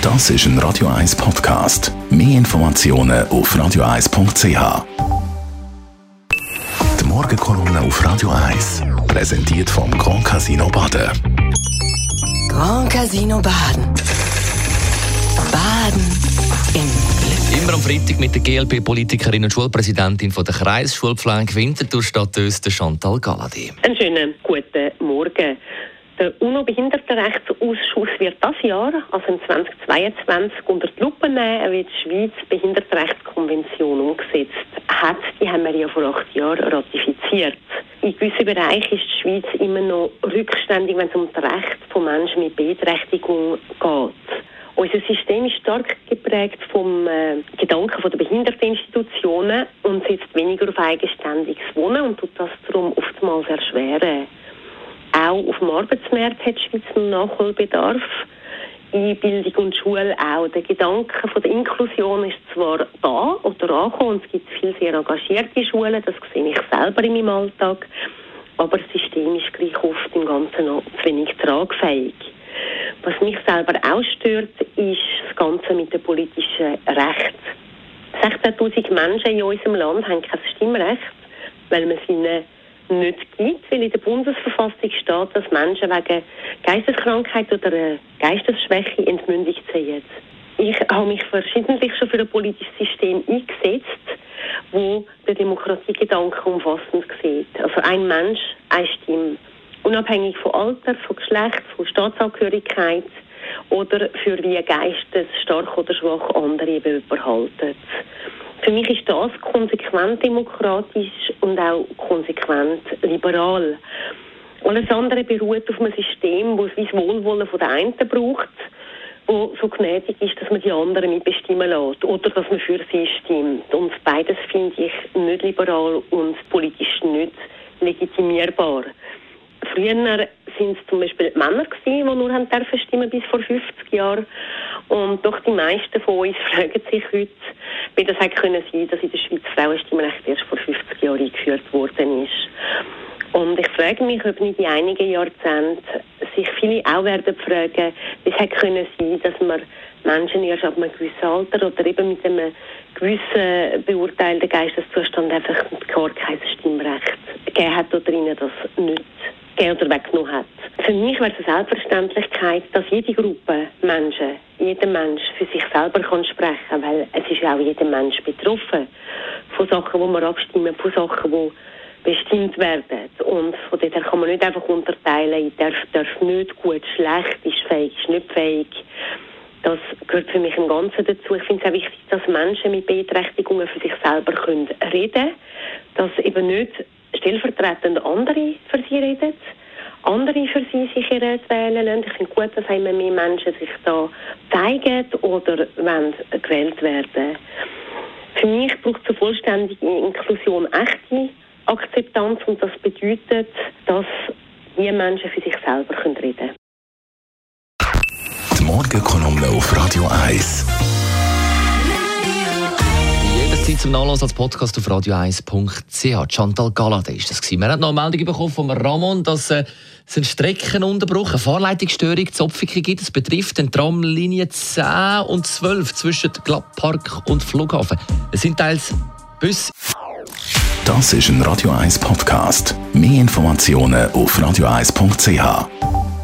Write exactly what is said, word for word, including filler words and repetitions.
Das ist ein Radio eins Podcast. Mehr Informationen auf radio eins punkt c h. Die Morgenkolumne auf Radio eins. Präsentiert vom Grand Casino Baden. Grand Casino Baden. Baden im Glück. Immer am Freitag mit der G L P-Politikerin und Schulpräsidentin von der Kreisschulpflege Winterthur steht uns der Chantal Galadé. Einen schönen guten Morgen. Der UNO-Behindertenrechtsausschuss wird dieses Jahr, also im zweitausendzweiundzwanzig, unter die Lupe nehmen, wie die Schweiz die Behindertenrechtskonvention umgesetzt hat. Die haben wir ja vor acht Jahren ratifiziert. In gewissen Bereichen ist die Schweiz immer noch rückständig, wenn es um das Recht von Menschen mit Beeinträchtigung geht. Unser System ist stark geprägt vom äh, Gedanken von der Behinderteninstitutionen und setzt weniger auf eigenständiges Wohnen und tut das darum oftmals erschweren. Auch auf dem Arbeitsmarkt hat die Schweiz einen Nachholbedarf. In Bildung und Schule auch. Der Gedanke von der Inklusion ist zwar da oder angekommen, und es gibt viele sehr engagierte Schulen, das sehe ich selber in meinem Alltag, aber das System ist gleich oft im Ganzen noch zu wenig tragfähig. Was mich selber auch stört, ist das Ganze mit dem politischen Recht. sechzehntausend Menschen in unserem Land haben kein Stimmrecht, weil man es ihnen nicht gibt, weil in der Bundesverfassung steht, dass Menschen wegen Geisteskrankheit oder einer Geistesschwäche entmündigt sind. Ich habe mich verschiedentlich schon für ein politisches System eingesetzt, wo der Demokratiegedanke umfassend sieht. Also ein Mensch, eine Stimme. Unabhängig von Alter, von Geschlecht, von Staatsangehörigkeit oder für wie geistesstark oder schwach andere überhalten. Für mich ist das konsequent demokratisch und auch konsequent liberal. Alles andere beruht auf einem System, das das Wohlwollen von der einen braucht, wo so gnädig ist, dass man die anderen mitbestimmen lässt oder dass man für sie stimmt. Und beides finde ich nicht liberal und politisch nicht legitimierbar. Früher waren es zum Beispiel die Männer, die nur haben dürfen stimmen bis vor fünfzig Jahren. Und doch die meisten von uns fragen sich heute, wie das hätte können sein, dass in der Schweiz Frauenstimmrecht erst vor fünfzig Jahren eingeführt worden ist. Und ich frage mich, ob nicht in einigen Jahrzehnten sich viele auch werden fragen, wie es hätte können sein, dass man Menschen erst ab einem gewissen Alter oder eben mit einem gewissen beurteilten Geisteszustand einfach gar kein Stimmrecht gegeben hat oder ihnen das nicht gegeben oder weggenommen hat. Für mich wäre es eine Selbstverständlichkeit, dass jede Gruppe Menschen, jeder Mensch für sich selber kann sprechen, weil es ist auch jeder Mensch betroffen von Sachen, die wir abstimmen, von Sachen, die bestimmt werden. Und von daher kann man nicht einfach unterteilen, ich darf, darf nicht, gut, schlecht, ist fähig, ist nicht fähig. Das gehört für mich im Ganzen dazu. Ich finde es auch wichtig, dass Menschen mit Beeinträchtigungen für sich selber können reden können, dass eben nicht stellvertretend andere für sie reden, andere für sie sich ihr Rat wählen lassen. Ich finde gut, dass immer mehr Menschen sich da zeigen oder wollen gewählt werden. Für mich braucht es zur vollständigen Inklusion echte Akzeptanz und das bedeutet, dass die Menschen für sich selber reden können. Die Morgenkolumne auf Radio eins. Jederzeit zum Nachlesen als Podcast auf radio eins punkt c h. Chantal Galadé ist das gewesen. Wir haben noch eine Meldung bekommen von Ramon, dass äh, es einen Streckenunterbruch, eine Fahrleitungsstörung, Zopfiken gibt. Es betrifft den Tramlinie zehn und zwölf zwischen Glattpark und Flughafen. Es sind teils Busse. Das ist ein Radio eins Podcast. Mehr Informationen auf radio eins punkt c h.